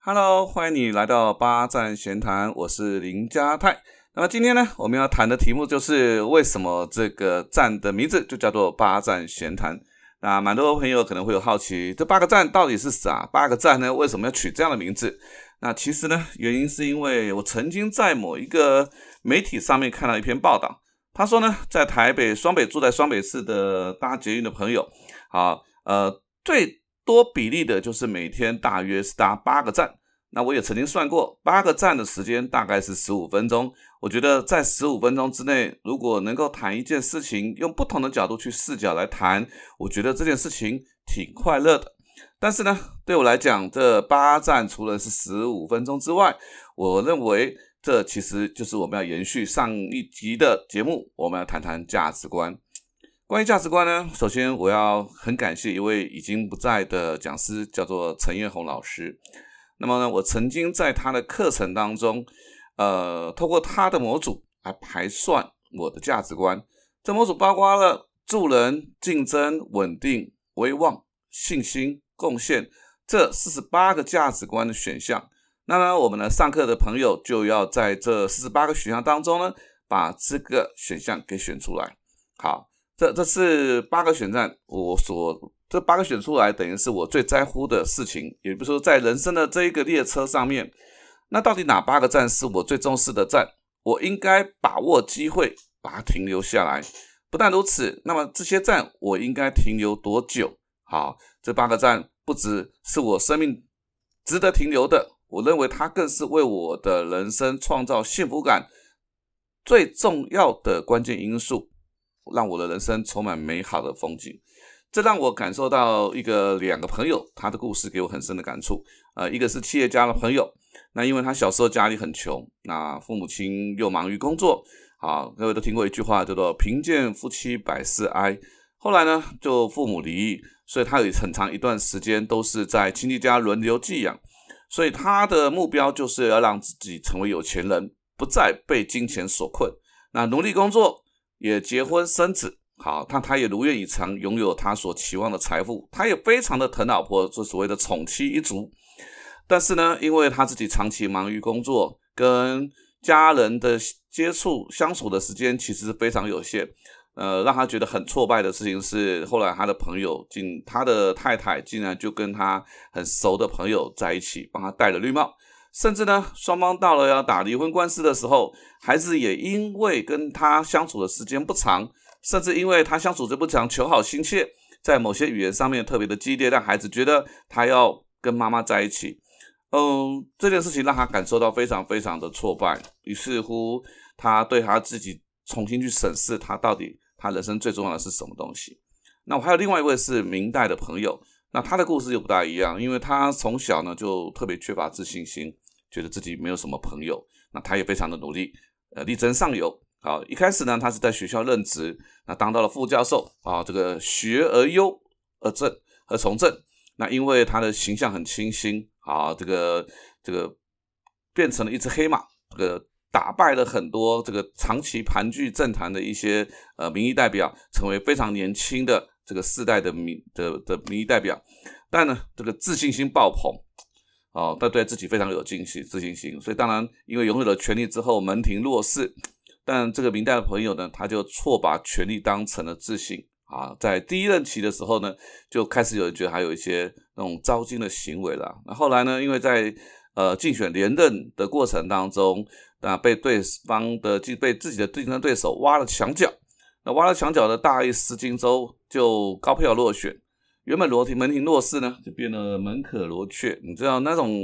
Hello，欢迎你来到八站闲谈，我是林家泰。那么今天呢，我们要谈的题目就是为什么这个站的名字就叫做八站闲谈。那蛮多朋友可能会有好奇，这8个站到底是啥？8个站呢，为什么要取这样的名字？那其实呢，原因是因为我曾经在某一个媒体上面看到一篇报道，他说呢，在台北双北住在双北市的搭捷运的朋友，最多比例的就是每天大约是搭8个站。那我也曾经算过8个站的时间大概是15分钟，我觉得在15分钟之内，如果能够谈一件事情，用不同的角度去视角来谈，我觉得这件事情挺快乐的。但是呢，对我来讲，这8站除了是15分钟之外，我认为这其实就是我们要延续上一集的节目，我们要谈谈价值观。关于价值观呢，首先我要很感谢一位已经不在的讲师，叫做陈彦宏老师。那么呢，我曾经在他的课程当中，透过他的模组来排算我的价值观。这模组包括了助人、竞争、稳定、威望、信心、贡献这48个价值观的选项。那么我们呢，上课的朋友就要在这48个选项当中呢，把这个选项给选出来。好，这是8个选项，这8个选出来，等于是我最在乎的事情，也就是说在人生的这一个列车上面，那到底哪8个站是我最重视的站？我应该把握机会把它停留下来。不但如此，那么这些站我应该停留多久？好，这8个站不只是我生命值得停留的，我认为它更是为我的人生创造幸福感最重要的关键因素，让我的人生充满美好的风景。这让我感受到2个朋友，他的故事给我很深的感触。一个是企业家的朋友，那因为他小时候家里很穷，那父母亲又忙于工作，各位都听过一句话叫做贫贱夫妻百事哀。后来呢，就父母离异，所以他有很长一段时间都是在亲戚家轮流寄养，所以他的目标就是要让自己成为有钱人，不再被金钱所困。那努力工作，也结婚生子。好，他也如愿以偿拥有他所期望的财富，他也非常的疼老婆，就所谓的宠妻一族。但是呢，因为他自己长期忙于工作，跟家人的相处的时间其实非常有限。让他觉得很挫败的事情是，后来他的太太竟然就跟他很熟的朋友在一起，帮他戴了绿帽。甚至呢，双方到了要打离婚官司的时候，孩子也因为跟他相处的时间不长，甚至因为他相处这不长，求好心切，在某些语言上面特别的激烈，让孩子觉得他要跟妈妈在一起。这件事情让他感受到非常非常的挫败，于是乎他对他自己重新去审视他到底他人生最重要的是什么东西。那我还有另外一位是明代的朋友，那他的故事又不大一样，因为他从小呢就特别缺乏自信心，觉得自己没有什么朋友，那他也非常的努力，力争上游。好，一开始呢，他是在学校任职，那当到了副教授这个学而优而从政。那因为他的形象很清新，这个变成了一只黑马，打败了很多这个长期盘踞政坛的一些民意代表，成为非常年轻的这个世代的民意代表。但呢，这个自信心爆棚。他对自己非常有自信心，所以当然因为拥有了权力之后门庭若市。但这个明代的朋友呢，他就错把权力当成了自信在第一任期的时候呢，就开始有人觉得还有一些那种糟心的行为了。那后来呢，因为在竞选连任的过程当中，被自己的竞争对手挖了墙角。那挖了墙角的大意失荆州就高票落选，原本门庭若市呢，就变得门可罗雀。你知道那种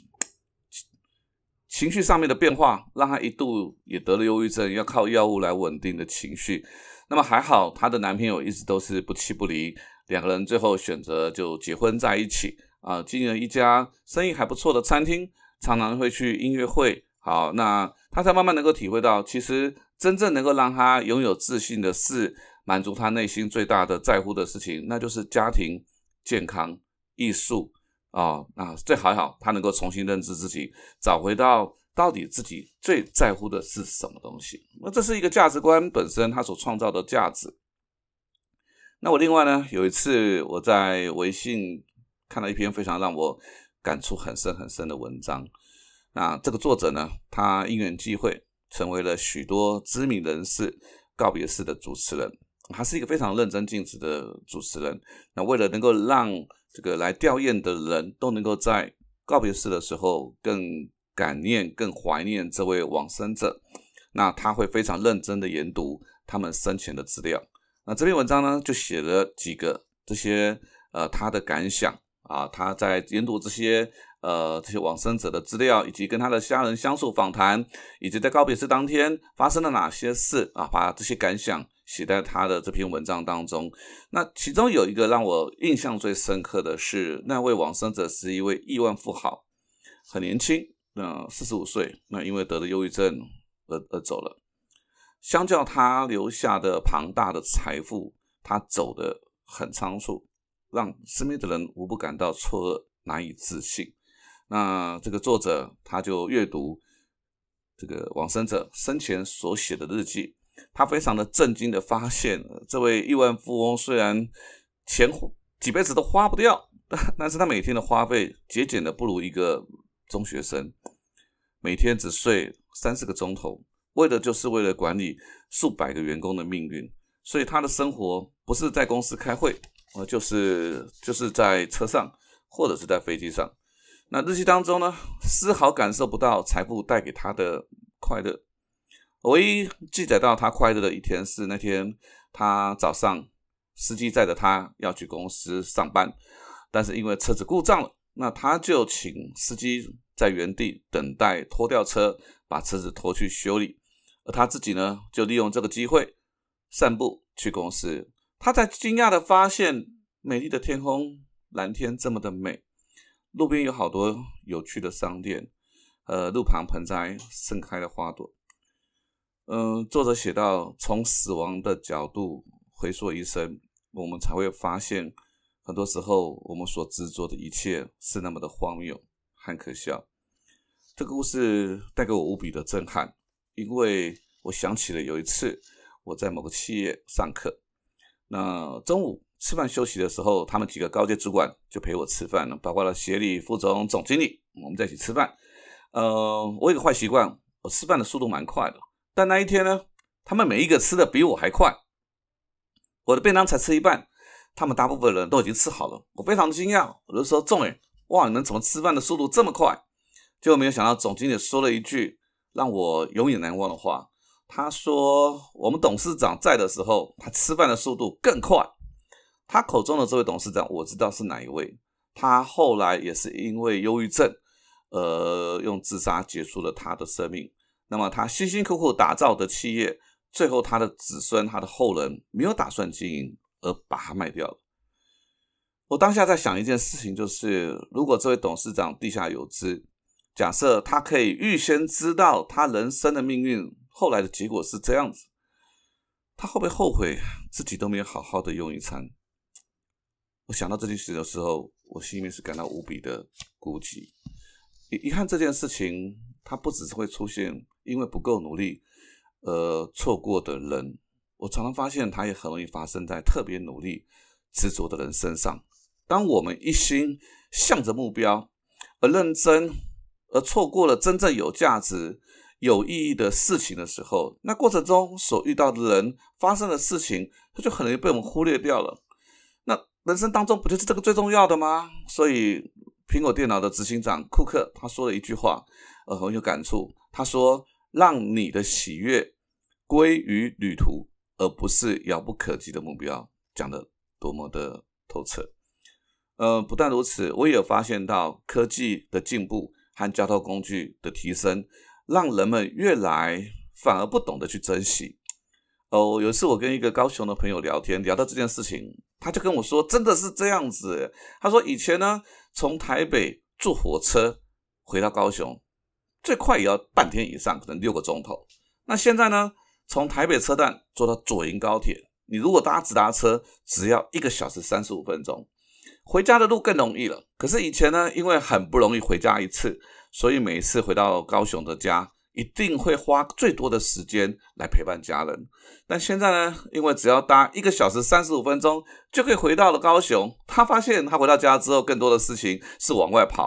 情绪上面的变化，让他一度也得了忧郁症，要靠药物来稳定的情绪。那么还好，她的男朋友一直都是不弃不离，2个人最后选择就结婚在一起经营了一家生意还不错的餐厅，常常会去音乐会。好，那他才慢慢能够体会到，其实真正能够让他拥有自信的是满足他内心最大的在乎的事情，那就是家庭、健康、艺术最好他能够重新认知自己，找回到底自己最在乎的是什么东西。那这是一个价值观本身它所创造的价值。那我另外呢，有一次我在微信看到一篇非常让我感触很深很深的文章。那这个作者呢，他因缘际会成为了许多知名人士告别式的主持人，他是一个非常认真尽职的主持人。那为了能够让这个来吊唁的人都能够在告别式的时候更感念、更怀念这位往生者，那他会非常认真的研读他们生前的资料。那这篇文章呢，就写了几个这些他的感想啊，他在研读这些往生者的资料，以及跟他的家人相处访谈，以及在告别式当天发生了哪些事啊，把这些感想写在他的这篇文章当中。那其中有一个让我印象最深刻的是，那位往生者是一位亿万富豪，很年轻，45岁，那因为得了忧郁症而走了。相较他留下的庞大的财富，他走得很仓促，让身边的人无不感到错愕，难以置信。那这个作者他就阅读这个往生者生前所写的日记，他非常的震惊的发现，这位亿万富翁虽然钱几辈子都花不掉，但是他每天的花费节俭的不如一个中学生，每天只睡3-4个钟头，就是为了管理数百个员工的命运。所以他的生活不是在公司开会，就是在车上或者是在飞机上。那日记当中呢，丝毫感受不到财富带给他的快乐。唯一记载到他快乐的一天是那天他早上司机载着他要去公司上班，但是因为车子故障了，那他就请司机在原地等待拖吊车把车子拖去修理，而他自己呢，就利用这个机会散步去公司。他才惊讶的发现，美丽的天空，蓝天这么的美，路边有好多有趣的商店，路旁盆栽盛开的花朵。作者写到，从死亡的角度回溯一生，我们才会发现，很多时候我们所执着的一切是那么的荒谬和可笑。这个故事带给我无比的震撼，因为我想起了有一次我在某个企业上课，那中午吃饭休息的时候，他们几个高阶主管就陪我吃饭了，包括了协理、副总、总经理，我们在一起吃饭。我有一个坏习惯，我吃饭的速度蛮快的，但那一天呢，他们每一个吃的比我还快，我的便当才吃一半，他们大部分人都已经吃好了，我非常惊讶，我就说：“仲哇，你们怎么吃饭的速度这么快？”结果没有想到总经理说了一句让我永远难忘的话，他说：“我们董事长在的时候，他吃饭的速度更快。”他口中的这位董事长，我知道是哪一位，他后来也是因为忧郁症，用自杀结束了他的生命。那么他辛辛苦苦打造的企业，最后他的子孙、他的后人没有打算经营，而把它卖掉了。我当下在想一件事情，就是如果这位董事长地下有知，假设他可以预先知道他人生的命运后来的结果是这样子，他会不会后悔自己都没有好好的用一餐？我想到这件事的时候，我心里面是感到无比的孤寂。遗憾这件事情，它不只是会出现因为不够努力错过的人，我常常发现它也很容易发生在特别努力执着的人身上。当我们一心向着目标而认真，而错过了真正有价值有意义的事情的时候，那过程中所遇到的人发生的事情，它就很容易被我们忽略掉了。那人生当中不就是这个最重要的吗？所以苹果电脑的执行长库克他说了一句话，很有感触。他说：“让你的喜悦归于旅途，而不是遥不可及的目标。”讲得多么的透彻。不但如此，我也有发现到科技的进步和交通工具的提升，让人们越来反而不懂得去珍惜。有一次我跟一个高雄的朋友聊天，聊到这件事情，他就跟我说真的是这样子。他说以前呢，从台北坐火车回到高雄，最快也要半天以上，可能6个钟头。那现在呢，从台北车站坐到左营高铁，你如果搭直达车，只要1个小时35分钟。回家的路更容易了，可是以前呢，因为很不容易回家一次，所以每一次回到高雄的家，一定会花最多的时间来陪伴家人。但现在呢，因为只要搭1个小时35分钟就可以回到了高雄，他发现他回到家之后，更多的事情是往外跑，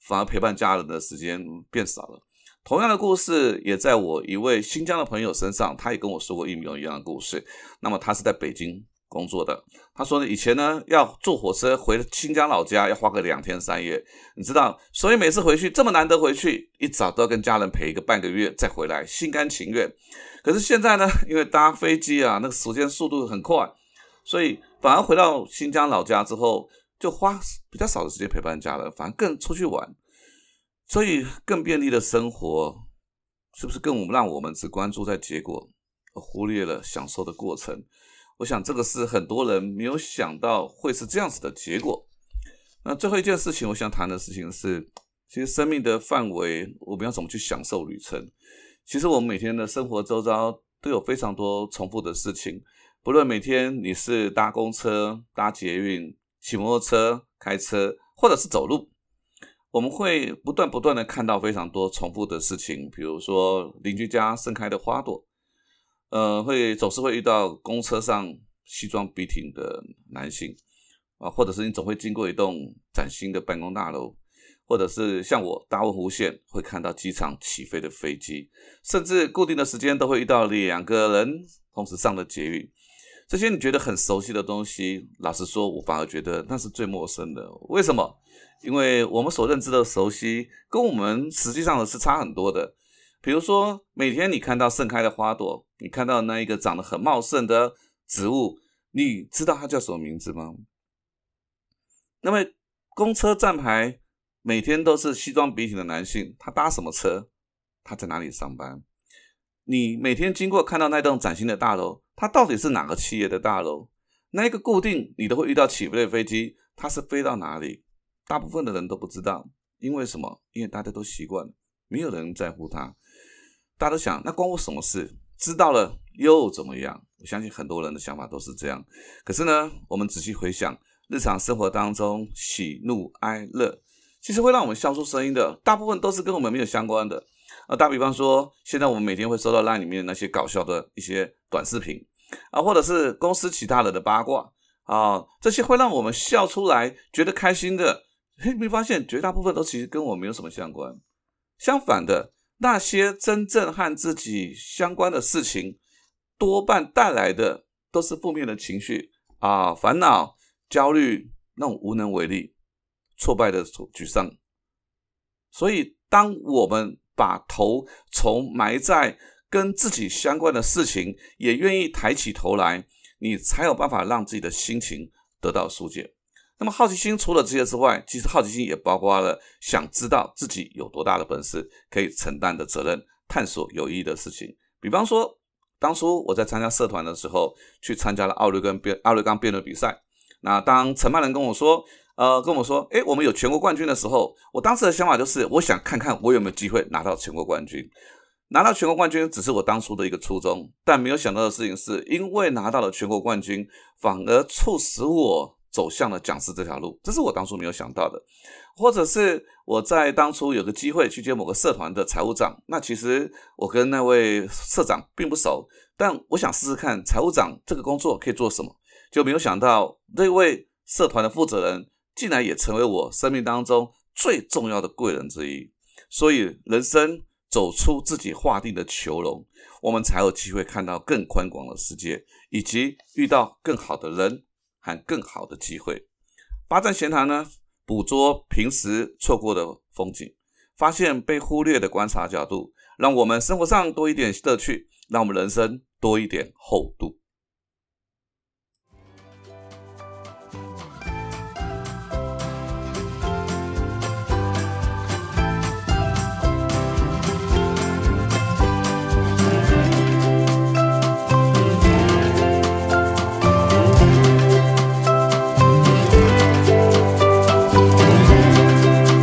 反而陪伴家人的时间变少了。同样的故事也在我一位新疆的朋友身上，他也跟我说过一模一样的故事。那么他是在北京工作的，他说呢，以前呢要坐火车回新疆老家要花个2天3夜，你知道，所以每次回去这么难得回去，一早都要跟家人陪个半个月再回来，心甘情愿。可是现在呢，因为搭飞机啊，那个时间速度很快，所以反而回到新疆老家之后，就花比较少的时间陪伴家人，反而更出去玩。所以更便利的生活，是不是更让我们只关注在结果，而忽略了享受的过程？我想这个是很多人没有想到会是这样子的结果。那最后一件事情我想谈的事情是，其实生命的范围，我们要怎么去享受旅程？其实我们每天的生活周遭都有非常多重复的事情，不论每天你是搭公车、搭捷运、骑摩托车、开车，或者是走路，我们会不断的看到非常多重复的事情，比如说邻居家盛开的花朵，总是会遇到公车上西装笔挺的男性啊，或者是你总会经过一栋崭新的办公大楼，或者是像我搭文湖线会看到机场起飞的飞机，甚至固定的时间都会遇到2个人同时上的捷运。这些你觉得很熟悉的东西，老实说我反而觉得那是最陌生的。为什么？因为我们所认知的熟悉跟我们实际上的是差很多的。比如说每天你看到盛开的花朵，你看到那一个长得很茂盛的植物，你知道它叫什么名字吗？那么公车站牌每天都是西装笔挺的男性，他搭什么车？他在哪里上班？你每天经过看到那栋崭新的大楼，它到底是哪个企业的大楼？那一个固定你都会遇到起飞的飞机，它是飞到哪里？大部分的人都不知道。因为什么？因为大家都习惯了，没有人在乎它。大家都想，那关我什么事？知道了又怎么样？我相信很多人的想法都是这样。可是呢，我们仔细回想日常生活当中喜怒哀乐，其实会让我们笑出声音的，大部分都是跟我们没有相关的。打比方说，现在我们每天会收到 LINE 里面那些搞笑的一些短视频啊，或者是公司其他人的八卦啊，这些会让我们笑出来，觉得开心的。你没发现绝大部分都其实跟我们没有什么相关？相反的，那些真正和自己相关的事情，多半带来的都是负面的情绪啊，烦恼、焦虑，那种无能为力、挫败的沮丧。所以当我们把头从埋在跟自己相关的事情，也愿意抬起头来，你才有办法让自己的心情得到疏解。那么好奇心除了这些之外，其实好奇心也包括了想知道自己有多大的本事，可以承担的责任，探索有意义的事情。比方说，当初我在参加社团的时候，去参加了奥利冈辩论比赛。那当承办人跟我说，我们有全国冠军的时候，我当时的想法就是，我想看看我有没有机会拿到全国冠军。拿到全国冠军只是我当初的一个初衷，但没有想到的事情是，因为拿到了全国冠军，反而促使我走向了讲师这条路，这是我当初没有想到的。或者是我在当初有个机会去接某个社团的财务长，那其实我跟那位社长并不熟，但我想试试看财务长这个工作可以做什么，就没有想到这位社团的负责人竟然也成为我生命当中最重要的贵人之一。所以人生走出自己划定的囚笼，我们才有机会看到更宽广的世界，以及遇到更好的人和更好的机会。八站闲谈呢，捕捉平时错过的风景，发现被忽略的观察角度，让我们生活上多一点乐趣，让我们人生多一点厚度。